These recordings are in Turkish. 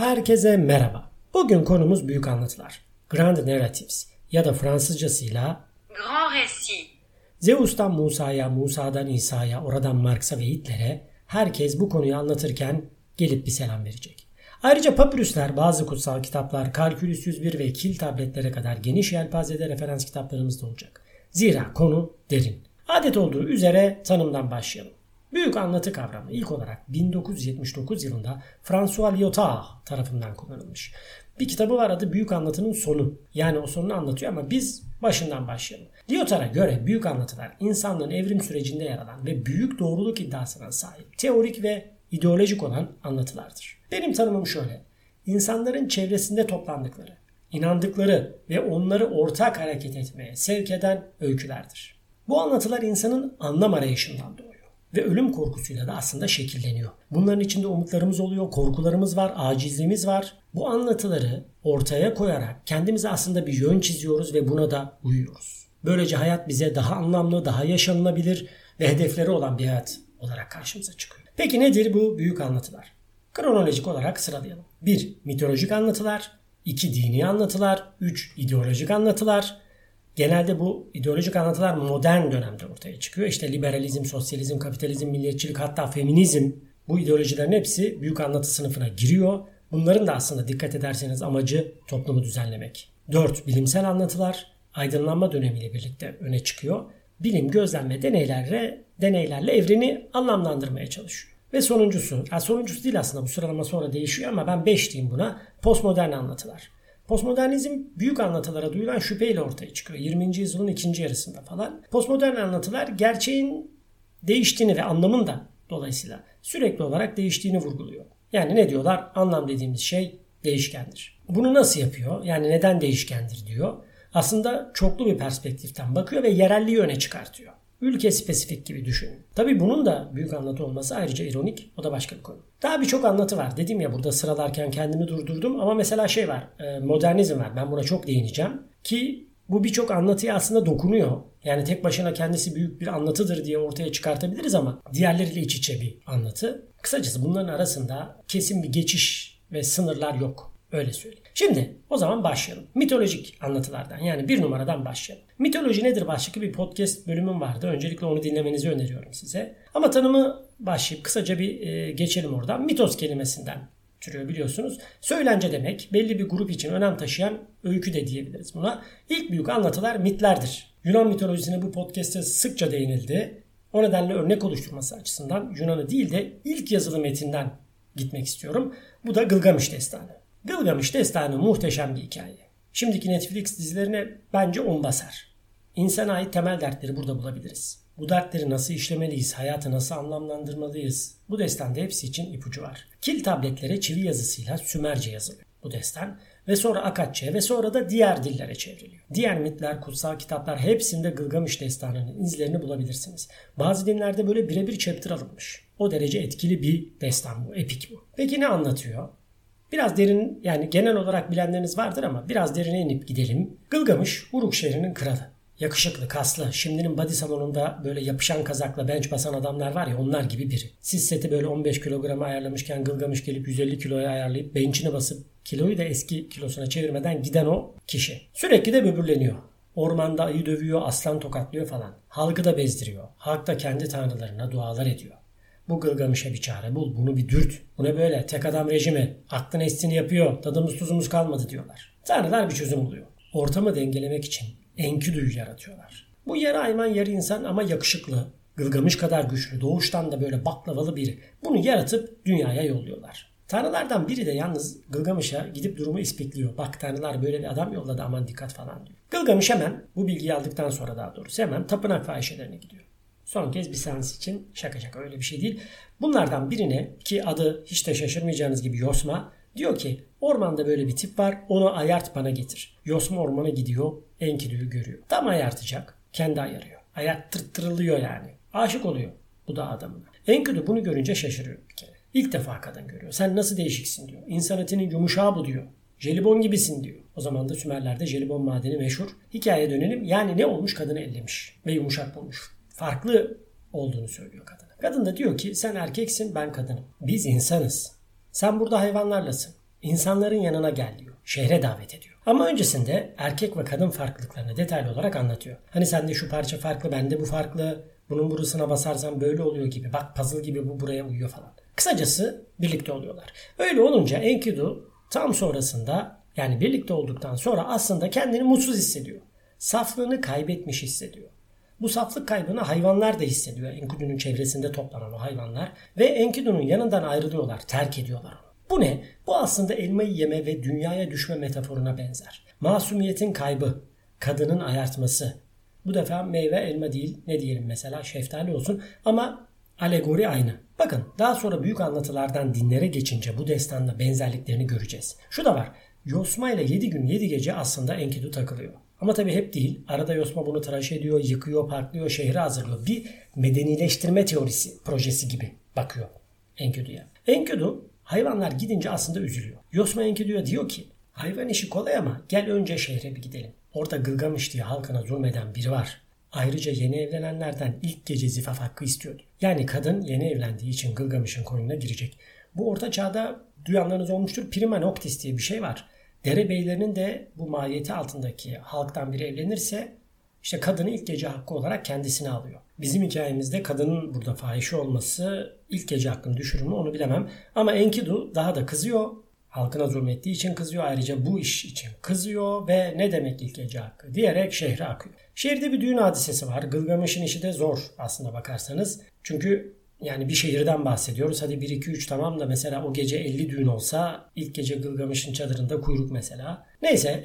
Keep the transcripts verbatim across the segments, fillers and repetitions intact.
Herkese merhaba. Bugün konumuz büyük anlatılar. Grand Narratives ya da Fransızcasıyla Grand Récit. Zeus'tan Musa'ya, Musa'dan İsa'ya, oradan Marx'a ve Hitler'e herkes bu konuyu anlatırken gelip bir selam verecek. Ayrıca papyruslar, bazı kutsal kitaplar, Kalkülüs yüz bir ve kil tabletlere kadar geniş yelpazede referans kitaplarımız da olacak. Zira konu derin. Adet olduğu üzere tanımdan başlayalım. Büyük anlatı kavramı ilk olarak bin dokuz yüz yetmiş dokuz yılında François Lyotard tarafından kullanılmış. Bir kitabı var, adı Büyük Anlatının Sonu. Yani o sonunu anlatıyor ama biz başından başlayalım. Lyotard'a göre büyük anlatılar insanlığın evrim sürecinde yer alan ve büyük doğruluk iddiasına sahip teorik ve ideolojik olan anlatılardır. Benim tanımım şöyle: İnsanların çevresinde toplandıkları, inandıkları ve onları ortak hareket etmeye sevk eden öykülerdir. Bu anlatılar insanın anlam arayışından doğuyor ve ölüm korkusuyla da aslında şekilleniyor. Bunların içinde umutlarımız oluyor, korkularımız var, acizliğimiz var. Bu anlatıları ortaya koyarak kendimize aslında bir yön çiziyoruz ve buna da uyuyoruz. Böylece hayat bize daha anlamlı, daha yaşanılabilir ve hedefleri olan bir hayat olarak karşımıza çıkıyor. Peki nedir bu büyük anlatılar? Kronolojik olarak sıralayalım. bir Mitolojik anlatılar, iki Dini anlatılar, üç İdeolojik anlatılar. Genelde bu ideolojik anlatılar modern dönemde ortaya çıkıyor. İşte liberalizm, sosyalizm, kapitalizm, milliyetçilik, hatta feminizm, bu ideolojilerin hepsi büyük anlatı sınıfına giriyor. Bunların da aslında dikkat ederseniz amacı toplumu düzenlemek. dört Bilimsel anlatılar aydınlanma dönemiyle birlikte öne çıkıyor. Bilim, gözlem ve deneylerle, deneylerle evreni anlamlandırmaya çalışıyor. Ve sonuncusu, yani sonuncusu değil aslında, bu sıralama sonra değişiyor ama ben beş diyeyim buna, postmodern anlatılar. Postmodernizm büyük anlatılara duyulan şüpheyle ortaya çıkıyor. yirminci yüzyılın ikinci yarısında falan. Postmodern anlatılar gerçeğin değiştiğini ve anlamın da dolayısıyla sürekli olarak değiştiğini vurguluyor. Yani ne diyorlar? Anlam dediğimiz şey değişkendir. Bunu nasıl yapıyor? Yani neden değişkendir diyor. Aslında çoklu bir perspektiften bakıyor ve yerelliği öne çıkartıyor. Ülke spesifik gibi düşünün. Tabii bunun da büyük anlatı olması ayrıca ironik. O da başka bir konu. Daha birçok anlatı var. Dedim ya, burada sıralarken kendimi durdurdum. Ama mesela şey var. Modernizm var. Ben buna çok değineceğim. Ki bu birçok anlatıya aslında dokunuyor. Yani tek başına kendisi büyük bir anlatıdır diye ortaya çıkartabiliriz ama diğerleriyle iç içe bir anlatı. Kısacası bunların arasında kesin bir geçiş ve sınırlar yok. Öyle söyleyeyim. Şimdi o zaman başlayalım. Mitolojik anlatılardan, yani bir numaradan başlayalım. Mitoloji nedir başlıklı bir podcast bölümüm vardı. Öncelikle onu dinlemenizi öneriyorum size. Ama tanımı başlayıp kısaca bir e, geçelim oradan. Mitos kelimesinden türüyor biliyorsunuz. Söylence demek, belli bir grup için önem taşıyan öykü de diyebiliriz buna. İlk büyük anlatılar mitlerdir. Yunan mitolojisine bu podcast'te sıkça değinildi. O nedenle örnek oluşturması açısından Yunan'ı değil de ilk yazılı metinden gitmek istiyorum. Bu da Gılgamış Destanı. Gılgamış Destanı muhteşem bir hikaye. Şimdiki Netflix dizilerine bence on basar. İnsana ait temel dertleri burada bulabiliriz. Bu dertleri nasıl işlemeliyiz, hayatı nasıl anlamlandırmalıyız? Bu destanda hepsi için ipucu var. Kil tabletlere çivi yazısıyla Sümerce yazılıyor bu destan ve sonra Akatça'ya ve sonra da diğer dillere çevriliyor. Diğer mitler, kutsal kitaplar, hepsinde Gılgamış Destanı'nın izlerini bulabilirsiniz. Bazı dinlerde böyle birebir chapter alınmış. O derece etkili bir destan bu, epik bu. Peki ne anlatıyor? Biraz derin, yani genel olarak bilenleriniz vardır ama biraz derine inip gidelim. Gılgamış, Uruk şehrinin kralı. Yakışıklı, kaslı, şimdinin body salonunda böyle yapışan kazakla bench basan adamlar var ya, onlar gibi biri. Siz seti böyle on beş kilograma ayarlamışken Gılgamış gelip yüz elli kiloya ayarlayıp bench'ini basıp kiloyu da eski kilosuna çevirmeden giden o kişi. Sürekli de böbürleniyor. Ormanda ayı dövüyor, aslan tokatlıyor falan. Halkı da bezdiriyor. Halk da kendi tanrılarına dualar ediyor. Bu Gılgamış'a bir çare bul, bunu bir dürt. Bu ne böyle, tek adam rejimi, aklın estiğini yapıyor, tadımız tuzumuz kalmadı diyorlar. Tanrılar bir çözüm buluyor. Ortamı dengelemek için Enkidu'yu yaratıyorlar. Bu yarı hayvan yarı insan ama yakışıklı, Gılgamış kadar güçlü, doğuştan da böyle baklavalı biri. Bunu yaratıp dünyaya yolluyorlar. Tanrılardan biri de yalnız Gılgamış'a gidip durumu ispikliyor. Bak, tanrılar böyle bir adam yolladı, aman dikkat falan diyor. Gılgamış hemen, bu bilgiyi aldıktan sonra daha doğrusu hemen tapınak fahişelerine gidiyor. Son kez bir seans için, şaka şaka öyle bir şey değil. Bunlardan birine, ki adı hiç de şaşırmayacağınız gibi Yosma, diyor ki ormanda böyle bir tip var, onu ayart bana getir. Yosma ormana gidiyor, Enkidu'yu görüyor. Tam ayartacak, kendi ayarıyor. Ayarttırılıyor yani. Aşık oluyor bu da adamına. Enkidu bunu görünce şaşırıyor bir kere. İlk defa kadın görüyor. Sen nasıl değişiksin diyor. İnsan etinin yumuşağı bu diyor. Jelibon gibisin diyor. O zaman da Sümerler'de jelibon madeni meşhur. Hikayeye dönelim. Yani ne olmuş? Kadını ellemiş ve yumuşak bulmuş. Farklı olduğunu söylüyor kadına. Kadın da diyor ki sen erkeksin, ben kadınım. Biz insanız. Sen burada hayvanlarlasın. İnsanların yanına gel diyor. Şehre davet ediyor. Ama öncesinde erkek ve kadın farklılıklarını detaylı olarak anlatıyor. Hani sende şu parça farklı, bende bu farklı. Bunun burasına basarsan böyle oluyor gibi. Bak puzzle gibi bu buraya uyuyor falan. Kısacası birlikte oluyorlar. Öyle olunca Enkidu tam sonrasında, yani birlikte olduktan sonra aslında kendini mutsuz hissediyor. Saflığını kaybetmiş hissediyor. Bu saflık kaybını hayvanlar da hissediyor. Enkidu'nun çevresinde toplanan o hayvanlar. Ve Enkidu'nun yanından ayrılıyorlar, terk ediyorlar onu. Bu ne? Bu aslında elmayı yeme ve dünyaya düşme metaforuna benzer. Masumiyetin kaybı, kadının ayartması. Bu defa meyve elma değil, ne diyelim mesela, şeftali olsun, ama alegori aynı. Bakın daha sonra büyük anlatılardan dinlere geçince bu destanda benzerliklerini göreceğiz. Şu da var, Yosma ile yedi gün yedi gece aslında Enkidu takılıyor. Ama tabii hep değil. Arada Yosma bunu tıraş ediyor, yıkıyor, parklıyor, şehri hazırlıyor. Bir medenileştirme teorisi projesi gibi bakıyor Enkidu'ya. Enkidu hayvanlar gidince aslında üzülüyor. Yosma Enkidu'ya diyor ki, hayvan işi kolay ama gel önce şehre bir gidelim. Orada Gılgamış diye halkına zulmeden biri var. Ayrıca yeni evlenenlerden ilk gece zifaf hakkı istiyordu. Yani kadın yeni evlendiği için Gılgamış'ın koynuna girecek. Bu orta çağda duyanlarınız olmuştur. Prima noctis diye bir şey var. Derebeylerinin de bu mahiyeti altındaki halktan biri evlenirse işte kadını ilk gece hakkı olarak kendisine alıyor. Bizim hikayemizde kadının burada fahişe olması ilk gece hakkını düşürür mü onu bilemem. Ama Enkidu daha da kızıyor. Halkına zulmettiği için kızıyor. Ayrıca bu iş için kızıyor ve ne demek ilk gece hakkı diyerek şehre akıyor. Şehirde bir düğün hadisesi var. Gılgamış'ın işi de zor aslında bakarsanız. Çünkü yani bir şehirden bahsediyoruz. Hadi bir iki üç tamam da mesela o gece elli düğün olsa ilk gece Gılgamış'ın çadırında kuyruk mesela. Neyse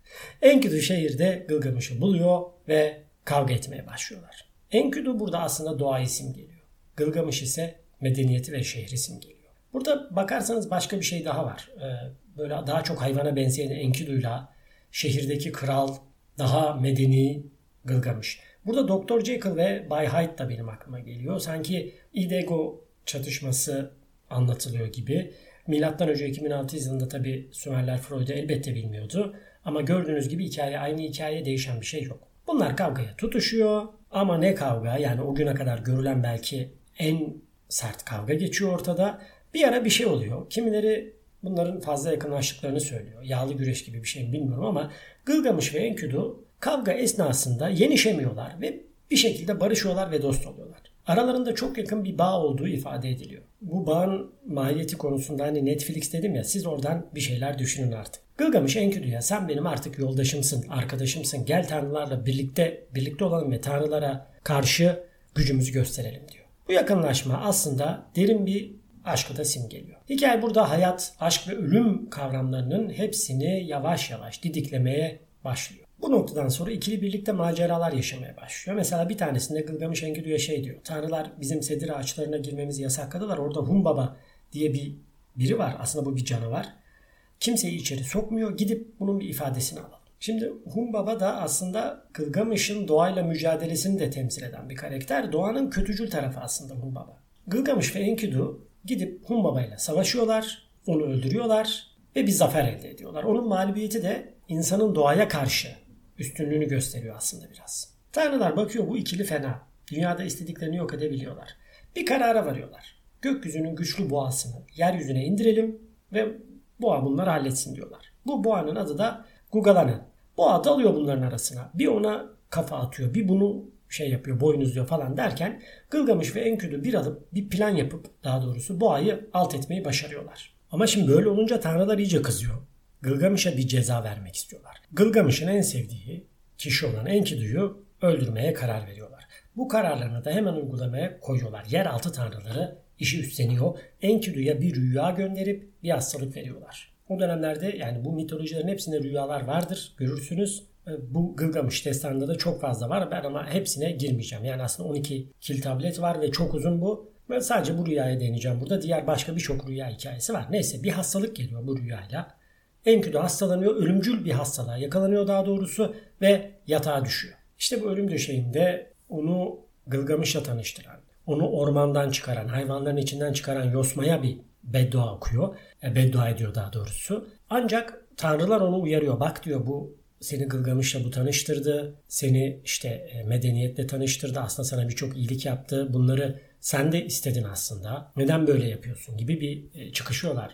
Enkidu şehirde Gılgamış'ı buluyor ve kavga etmeye başlıyorlar. Enkidu burada aslında doğayı simgeliyor. Gılgamış ise medeniyeti ve şehri simgeliyor. Burada bakarsanız başka bir şey daha var. Böyle daha çok hayvana benzeyen Enkidu'yla şehirdeki kral, daha medeni Gılgamış. Burada doktor Jekyll ve Bay Hyde da benim aklıma geliyor. Sanki id-ego çatışması anlatılıyor gibi. Milattan önce iki bin altı yılında tabii Sümerler Freud'u elbette bilmiyordu. Ama gördüğünüz gibi hikaye aynı hikaye, değişen bir şey yok. Bunlar kavgaya tutuşuyor ama ne kavga, yani o güne kadar görülen belki en sert kavga geçiyor ortada. Bir ara bir şey oluyor. Kimileri bunların fazla yakınlaştıklarını söylüyor. Yağlı güreş gibi bir şey bilmiyorum ama Gılgamış ve Enkidu kavga esnasında yenişemiyorlar ve bir şekilde barışıyorlar ve dost oluyorlar. Aralarında çok yakın bir bağ olduğu ifade ediliyor. Bu bağın mahiyeti konusunda hani Netflix dedim ya, siz oradan bir şeyler düşünün artık. Gılgamış Enkidu'ya sen benim artık yoldaşımsın, arkadaşımsın, gel tanrılarla birlikte birlikte olalım ve tanrılara karşı gücümüzü gösterelim diyor. Bu yakınlaşma aslında derin bir aşkı da simgeliyor. Hikaye burada hayat, aşk ve ölüm kavramlarının hepsini yavaş yavaş didiklemeye başlıyor. Bu noktadan sonra ikili birlikte maceralar yaşamaya başlıyor. Mesela bir tanesinde Gılgamış Enkidu'ya şey diyor. Tanrılar bizim sedir ağaçlarına girmemizi yasakladılar. Orada Humbaba diye bir biri var. Aslında bu bir canavar. Kimseyi içeri sokmuyor. Gidip bunun bir ifadesini alalım. Şimdi Humbaba da aslında Gılgamış'ın doğayla mücadelesini de temsil eden bir karakter. Doğanın kötücül tarafı aslında Humbaba. Gılgamış ve Enkidu gidip Humbaba ile savaşıyorlar. Onu öldürüyorlar ve bir zafer elde ediyorlar. Onun mağlubiyeti de insanın doğaya karşı üstünlüğünü gösteriyor aslında biraz. Tanrılar bakıyor bu ikili fena. Dünyada istediklerini yok edebiliyorlar. Bir karara varıyorlar. Gökyüzünün güçlü boğasını yeryüzüne indirelim ve boğa bunları halletsin diyorlar. Bu boğanın adı da Gugalana. Boğa dalıyor bunların arasına. Bir ona kafa atıyor, bir bunu şey yapıyor, boynuzluyor falan derken Gılgamış ve Enkidu bir alıp bir plan yapıp daha doğrusu boğayı alt etmeyi başarıyorlar. Ama şimdi böyle olunca tanrılar iyice kızıyor. Gılgamış'a bir ceza vermek istiyorlar. Gılgamış'ın en sevdiği kişi olan Enkidu'yu öldürmeye karar veriyorlar. Bu kararlarını da hemen uygulamaya koyuyorlar. Yeraltı tanrıları işi üstleniyor. Enkidu'ya bir rüya gönderip bir hastalık veriyorlar. O dönemlerde yani bu mitolojilerin hepsinde rüyalar vardır. Görürsünüz. Bu Gılgamış destanında da çok fazla var. Ben ama hepsine girmeyeceğim. Yani aslında on iki kil tablet var ve çok uzun bu. Ben sadece bu rüyaya değineceğim burada. Diğer başka birçok rüya hikayesi var. Neyse bir hastalık geliyor bu rüyayla. Enkidu hastalanıyor. Ölümcül bir hastalığa yakalanıyor daha doğrusu ve yatağa düşüyor. İşte bu ölüm döşeğinde onu Gılgamış'la tanıştıran, onu ormandan çıkaran, hayvanların içinden çıkaran Yosma'ya bir beddua okuyor. E, beddua ediyor daha doğrusu. Ancak tanrılar onu uyarıyor. Bak diyor, bu seni Gılgamış'la bu tanıştırdı. Seni işte medeniyetle tanıştırdı. Aslında sana birçok iyilik yaptı. Bunları sen de istedin aslında. Neden böyle yapıyorsun gibi bir çıkışıyorlar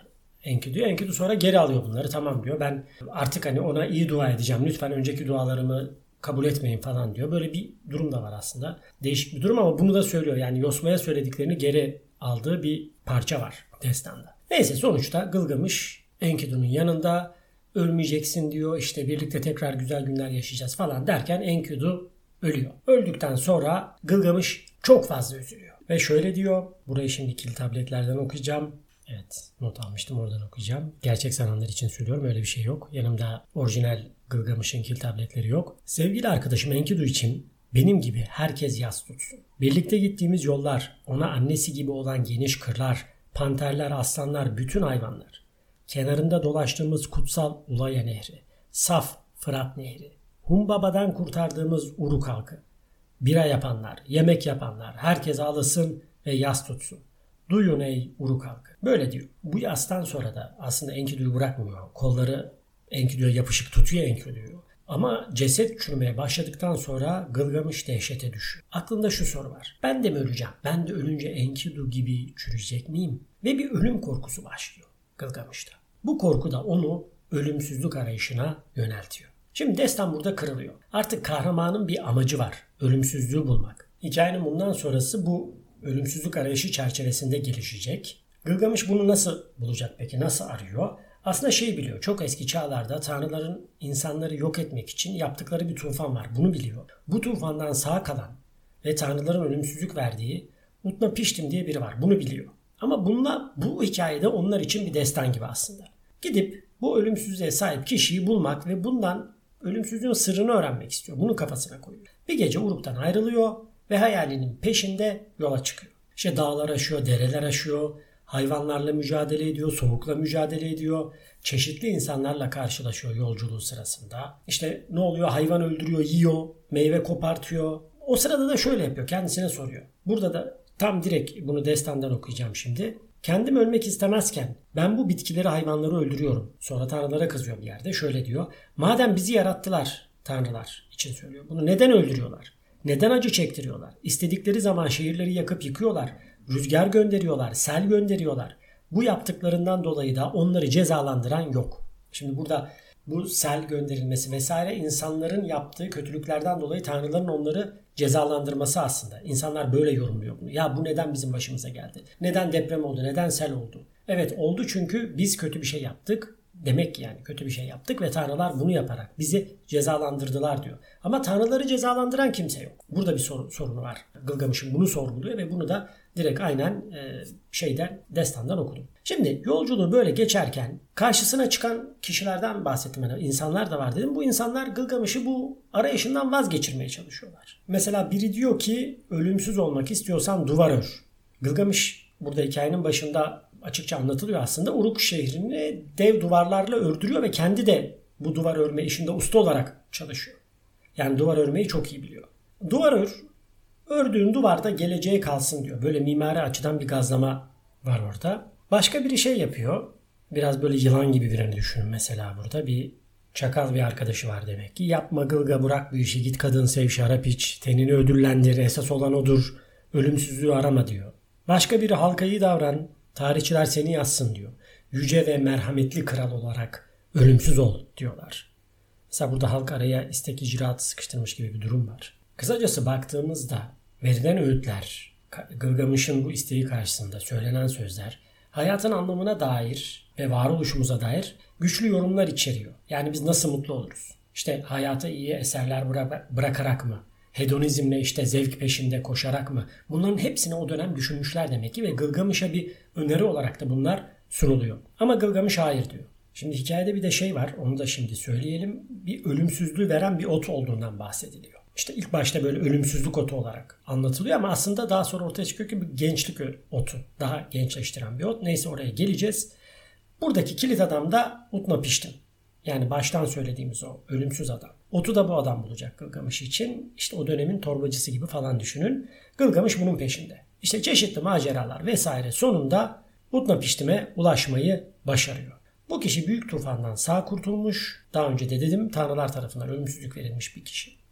Enkidu. Enkidu sonra geri alıyor bunları. Tamam diyor. Ben artık hani ona iyi dua edeceğim. Lütfen önceki dualarımı kabul etmeyin falan diyor. Böyle bir durum da var aslında. Değişik bir durum ama bunu da söylüyor. Yani Yosma'ya söylediklerini geri aldığı bir parça var destanda. Neyse sonuçta Gılgamış Enkidu'nun yanında, ölmeyeceksin diyor. İşte birlikte tekrar güzel günler yaşayacağız falan derken Enkidu ölüyor. Öldükten sonra Gılgamış çok fazla üzülüyor. Ve şöyle diyor. Burayı şimdi kil tabletlerden okuyacağım. Evet, not almıştım, oradan okuyacağım. Gerçek sananlar için söylüyorum, öyle bir şey yok. Yanımda orijinal Gılgamış'ın kil tabletleri yok. Sevgili arkadaşım Enkidu için benim gibi herkes yas tutsun. Birlikte gittiğimiz yollar, ona annesi gibi olan geniş kırlar, panterler, aslanlar, bütün hayvanlar. Kenarında dolaştığımız kutsal Ulaya Nehri, saf Fırat Nehri, Humbaba'dan kurtardığımız Uruk halkı, bira yapanlar, yemek yapanlar, herkes ağlasın ve yas tutsun. Duyun ey Uruk halkı. Böyle diyor. Bu yastan sonra da aslında Enkidu'yu bırakmıyor. Kolları Enkidu'ya yapışık tutuyor Enkidu'yu. Ama ceset çürümeye başladıktan sonra Gılgamış dehşete düşüyor. Aklında şu soru var. Ben de mi öleceğim? Ben de ölünce Enkidu gibi çürüyecek miyim? Ve bir ölüm korkusu başlıyor Gılgamış'ta. Bu korku da onu ölümsüzlük arayışına yöneltiyor. Şimdi destan burada kırılıyor. Artık kahramanın bir amacı var. Ölümsüzlüğü bulmak. Hikayenin bundan sonrası bu ölümsüzlük arayışı çerçevesinde gelişecek. Gılgamış bunu nasıl bulacak peki? Nasıl arıyor? Aslında şey biliyor. Çok eski çağlarda tanrıların insanları yok etmek için yaptıkları bir tufan var. Bunu biliyor. Bu tufandan sağ kalan ve tanrıların ölümsüzlük verdiği Utnapishtim diye biri var. Bunu biliyor. Ama bununla, bu hikayede onlar için bir destan gibi aslında. Gidip bu ölümsüzlüğe sahip kişiyi bulmak ve bundan ölümsüzlüğün sırrını öğrenmek istiyor. Bunu kafasına koyuyor. Bir gece Uruk'tan ayrılıyor ve hayalinin peşinde yola çıkıyor. İşte dağlar aşıyor, dereler aşıyor, hayvanlarla mücadele ediyor, soğukla mücadele ediyor, çeşitli insanlarla karşılaşıyor yolculuğu sırasında. İşte ne oluyor? Hayvan öldürüyor, yiyor, meyve kopartıyor. O sırada da şöyle yapıyor, kendisine soruyor. Burada da tam direkt bunu destandan okuyacağım şimdi. Kendim ölmek istemezken ben bu bitkileri, hayvanları öldürüyorum. Sonra tanrılara kızıyor bir yerde. Şöyle diyor. Madem bizi yarattılar, tanrılar için söylüyor. Bunu neden öldürüyorlar? Neden acı çektiriyorlar? İstedikleri zaman şehirleri yakıp yıkıyorlar. Rüzgar gönderiyorlar, sel gönderiyorlar. Bu yaptıklarından dolayı da onları cezalandıran yok. Şimdi burada bu sel gönderilmesi vesaire insanların yaptığı kötülüklerden dolayı tanrıların onları cezalandırması aslında. İnsanlar böyle yorumluyor bunu. Ya bu neden bizim başımıza geldi? Neden deprem oldu? Neden sel oldu? Evet oldu çünkü biz kötü bir şey yaptık. Demek ki yani kötü bir şey yaptık ve tanrılar bunu yaparak bizi cezalandırdılar diyor. Ama tanrıları cezalandıran kimse yok. Burada bir sorun, sorunu var. Gılgamış'ın bunu sorguluyor ve bunu da direkt aynen e, şeyden, destandan okudum. Şimdi yolculuğu böyle geçerken karşısına çıkan kişilerden bahsettim. Yani insanlar da var dedim. Bu insanlar Gılgamış'ı bu arayışından vazgeçirmeye çalışıyorlar. Mesela biri diyor ki ölümsüz olmak istiyorsan duvar ör. Gılgamış burada hikayenin başında açıkça anlatılıyor aslında. Uruk şehrini dev duvarlarla ördürüyor ve kendi de bu duvar örme işinde usta olarak çalışıyor. Yani duvar örmeyi çok iyi biliyor. Duvar ör, ördüğün duvarda geleceğe kalsın diyor. Böyle mimari açıdan bir gazlama var orada. Başka biri şey yapıyor. Biraz böyle yılan gibi birini düşünün mesela burada. Bir çakal bir arkadaşı var demek ki. Yapma Gılga, bırak bu işi, git kadın sev, şarap iç, tenini ödüllendir, esas olan odur, ölümsüzlüğü arama diyor. Başka biri halka iyi davran, tarihçiler seni yazsın diyor. Yüce ve merhametli kral olarak ölümsüz ol diyorlar. Mesela burada halk araya istek icraatı sıkıştırmış gibi bir durum var. Kısacası baktığımızda verilen öğütler, Gılgamış'ın bu isteği karşısında söylenen sözler, hayatın anlamına dair ve varoluşumuza dair güçlü yorumlar içeriyor. Yani biz nasıl mutlu oluruz? İşte hayata iyi eserler bıra- bırakarak mı? Hedonizmle işte zevk peşinde koşarak mı? Bunların hepsini o dönem düşünmüşler demek ki ve Gılgamış'a bir öneri olarak da bunlar sunuluyor. Ama Gılgamış hayır diyor. Şimdi hikayede bir de şey var, onu da şimdi söyleyelim. Bir ölümsüzlüğü veren bir ot olduğundan bahsediliyor. İşte ilk başta böyle ölümsüzlük otu olarak anlatılıyor ama aslında daha sonra ortaya çıkıyor ki bir gençlik otu. Daha gençleştiren bir ot. Neyse oraya geleceğiz. Buradaki kilit adam da Utnapishtim. Yani baştan söylediğimiz o ölümsüz adam. Otu da bu adam bulacak Gılgamış için. İşte o dönemin torbacısı gibi falan düşünün. Gılgamış bunun peşinde. İşte çeşitli maceralar vesaire sonunda Utnapishtim'e ulaşmayı başarıyor. Bu kişi büyük tufandan sağ kurtulmuş. Daha önce de dedim tanrılar tarafından ölümsüzlük verilmiş bir kişi.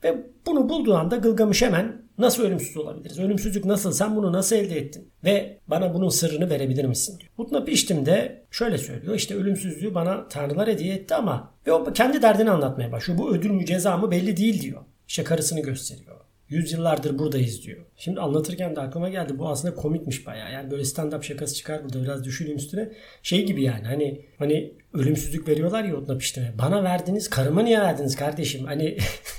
Ve bunu bulduğu anda Gılgamış hemen nasıl ölümsüz olabiliriz? Ölümsüzlük nasıl? Sen bunu nasıl elde ettin? Ve bana bunun sırrını verebilir misin diyor. Utnapiştim de şöyle söylüyor. İşte ölümsüzlüğü bana tanrılar hediye etti ama ve o kendi derdini anlatmaya başlıyor. Bu ödül mü ceza mı belli değil diyor. İşte karısını gösteriyor. Yüzyıllardır buradayız diyor. Şimdi anlatırken de aklıma geldi. Bu aslında komikmiş bayağı. Yani böyle stand-up şakası çıkar burada. Biraz düşüneyim üstüne. Şey gibi yani hani hani ölümsüzlük veriyorlar ya Utnapiştim'e. Bana verdiniz, karıma niye verdiniz kardeşim? Hani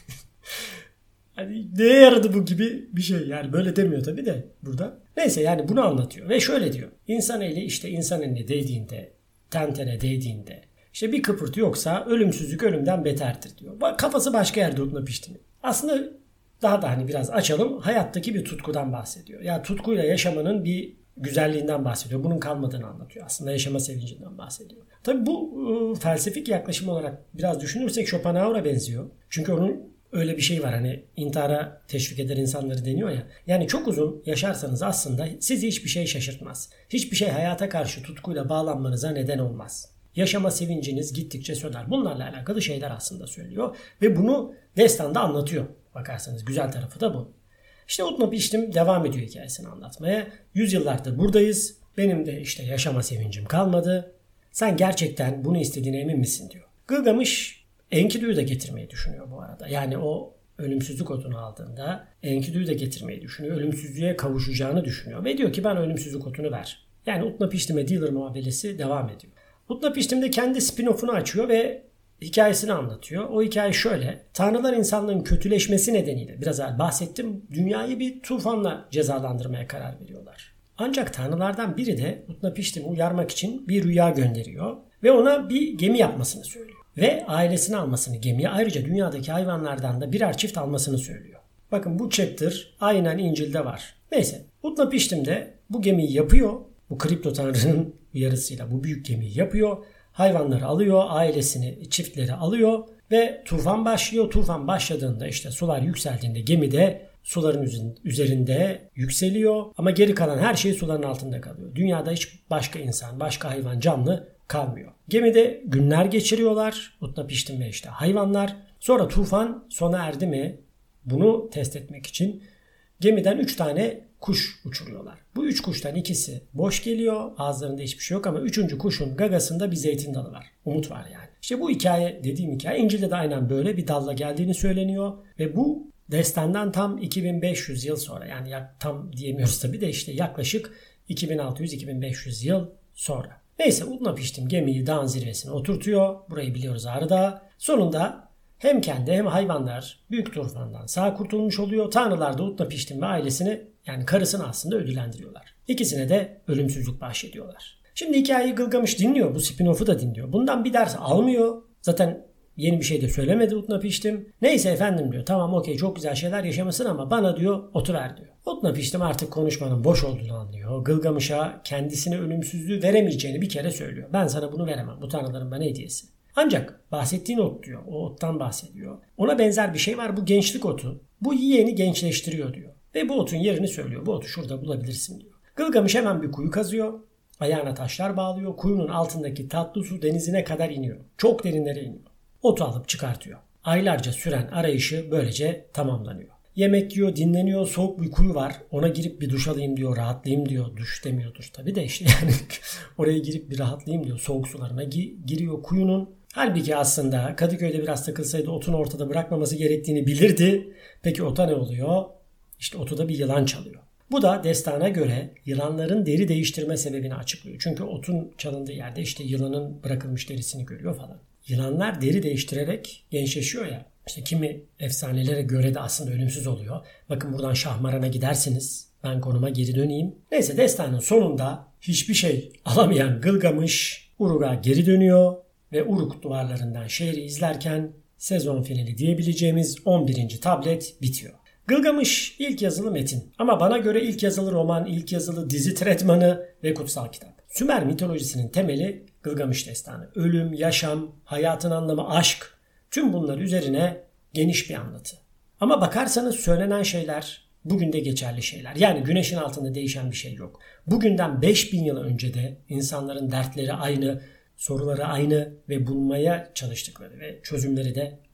hani neye yaradı bu gibi bir şey. Yani böyle demiyor tabii de burada. Neyse yani bunu anlatıyor. Ve şöyle diyor. İnsan eli işte insan eline değdiğinde, ten tene değdiğinde işte bir kıpırtı yoksa ölümsüzlük ölümden beterdir diyor. Kafası başka yerde Utnapiştim'in. Aslında daha da hani biraz açalım. Hayattaki bir tutkudan bahsediyor. Ya yani tutkuyla yaşamanın bir güzelliğinden bahsediyor. Bunun kalmadığını anlatıyor. Aslında yaşama sevincinden bahsediyor. Tabii bu e, felsefik yaklaşım olarak biraz düşünürsek Schopenhauer'a benziyor. Çünkü onun öyle bir şey var hani intihara teşvik eder insanları deniyor ya. Yani çok uzun yaşarsanız aslında sizi hiçbir şey şaşırtmaz. Hiçbir şey hayata karşı tutkuyla bağlanmanıza neden olmaz. Yaşama sevinciniz gittikçe söner. Bunlarla alakalı şeyler aslında söylüyor. Ve bunu destanda anlatıyor. Bakarsanız güzel tarafı da bu. İşte Utnapiştim devam ediyor hikayesini anlatmaya. Yüzyıllardır buradayız. Benim de işte yaşama sevincim kalmadı. Sen gerçekten bunu istediğine emin misin diyor. Gılgamış Enkidu'yu da getirmeyi düşünüyor bu arada. Yani o ölümsüzlük otunu aldığında Enkidu'yu da getirmeyi düşünüyor. Ölümsüzlüğe kavuşacağını düşünüyor. Ve diyor ki ben ölümsüzlük otunu ver. Yani Utnapiştim'e dealer muamelesi devam ediyor. Utnapiştim de kendi spin-off'unu açıyor ve hikayesini anlatıyor. O hikaye şöyle. Tanrılar insanlığın kötüleşmesi nedeniyle biraz evvel bahsettim. Dünyayı bir tufanla cezalandırmaya karar veriyorlar. Ancak tanrılardan biri de Utnapiştim'i uyarmak için bir rüya gönderiyor. Ve ona bir gemi yapmasını söylüyor. Ve ailesini almasını gemiye ayrıca dünyadaki hayvanlardan da birer çift almasını söylüyor. Bakın bu chapter aynen İncil'de var. Neyse Utnapiştim de bu gemiyi yapıyor. Bu kripto tanrının uyarısıyla bu büyük gemiyi yapıyor. Hayvanları alıyor, ailesini, çiftleri alıyor ve tufan başlıyor. Tufan başladığında işte sular yükseldiğinde gemi de suların üzerinde yükseliyor. Ama geri kalan her şey suların altında kalıyor. Dünyada hiç başka insan, başka hayvan, canlı kalmıyor. Gemide günler geçiriyorlar. Utnapiştim ve işte hayvanlar. Sonra tufan sona erdi mi? Bunu test etmek için gemiden üç tane kuş uçuruyorlar. Bu üç kuştan ikisi boş geliyor. Ağızlarında hiçbir şey yok ama üçüncü kuşun gagasında bir zeytin dalı var. Umut var yani. İşte bu hikaye dediğim hikaye İncil'de de aynen böyle bir dalla geldiğini söyleniyor. Ve bu destandan tam iki bin beş yüz yıl sonra yani tam diyemiyoruz tabii de işte yaklaşık iki bin altı yüz iki bin beş yüz yıl sonra. Neyse Utnapiştim gemiyi dağın zirvesine oturtuyor. Burayı biliyoruz Ağrı'da. Sonunda hem kendi hem hayvanlar büyük tufandan sağ kurtulmuş oluyor. Tanrılar da Utnapiştim ve ailesini yani karısını aslında ödüllendiriyorlar. İkisine de ölümsüzlük bahşediyorlar. Şimdi hikayeyi Gılgamış dinliyor. Bu spin-off'u da dinliyor. Bundan bir ders almıyor. Zaten yeni bir şey de söylemedi Utnapiştim. Neyse efendim diyor. Tamam okey çok güzel şeyler yaşamasın ama bana diyor otu ver diyor. Utnapiştim artık konuşmanın boş olduğunu anlıyor. Gılgamış'a kendisine ölümsüzlüğü veremeyeceğini bir kere söylüyor. Ben sana bunu veremem. Bu tanrıların bana hediyesi. Ancak bahsettiğin ot diyor. O ottan bahsediyor. Ona benzer bir şey var. Bu gençlik otu. Bu yeğeni gençleştiriyor diyor. Ve bu otun yerini söylüyor. Bu otu şurada bulabilirsin diyor. Gılgamış hemen bir kuyu kazıyor. Ayağına taşlar bağlıyor. Kuyunun altındaki tatlı su denizine kadar iniyor. Çok derinlere iniyor. Otu alıp çıkartıyor. Aylarca süren arayışı böylece tamamlanıyor. Yemek yiyor, dinleniyor. Soğuk bir kuyu var. Ona girip bir duş alayım diyor. Rahatlayayım diyor. Duş demiyordur tabii de işte yani oraya girip bir rahatlayayım diyor. Soğuk sularına gi- giriyor kuyunun. Halbuki aslında Kadıköy'de biraz takılsaydı otunu ortada bırakmaması gerektiğini bilirdi. Peki ota ne oluyor? İşte otu da bir yılan çalıyor. Bu da destana göre yılanların deri değiştirme sebebini açıklıyor. Çünkü otun çalındığı yerde işte yılanın bırakılmış derisini görüyor falan. Yılanlar deri değiştirerek gençleşiyor ya. İşte kimi efsanelere göre de aslında ölümsüz oluyor. Bakın buradan Şahmaran'a gidersiniz. Ben konuma geri döneyim. Neyse destanın sonunda hiçbir şey alamayan Gılgamış Uruk'a geri dönüyor. Ve Uruk duvarlarından şehri izlerken sezon finali diyebileceğimiz on birinci tablet bitiyor. Gılgamış ilk yazılı metin ama bana göre ilk yazılı roman, ilk yazılı dizi tretmanı ve kutsal kitap. Sümer mitolojisinin temeli Gılgamış destanı. Ölüm, yaşam, hayatın anlamı, aşk tüm bunlar üzerine geniş bir anlatı. Ama bakarsanız söylenen şeyler bugün de geçerli şeyler. Yani güneşin altında değişen bir şey yok. Bugünden beş bin yıl önce de insanların dertleri aynı, soruları aynı ve bulmaya çalıştıkları ve çözümleri de aynı.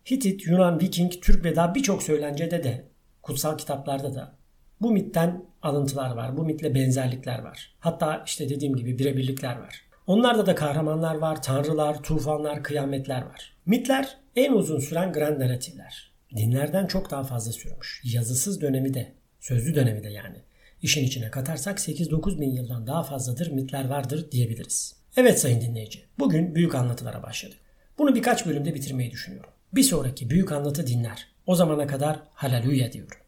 Hitit, Yunan, Viking, Türk ve daha birçok söylencede de, kutsal kitaplarda da bu mitten alıntılar var. Bu mitle benzerlikler var. Hatta işte dediğim gibi birebirlikler var. Onlarda da kahramanlar var, tanrılar, tufanlar, kıyametler var. Mitler en uzun süren grand narratifler. Dinlerden çok daha fazla sürmüş. Yazısız dönemi de, sözlü dönemi de yani. İşin içine katarsak sekiz dokuz bin yıldan daha fazladır mitler vardır diyebiliriz. Evet sayın dinleyici, bugün büyük anlatılara başladık. Bunu birkaç bölümde bitirmeyi düşünüyorum. Bir sonraki büyük anlatı dinler. O zamana kadar haleluya diyorum.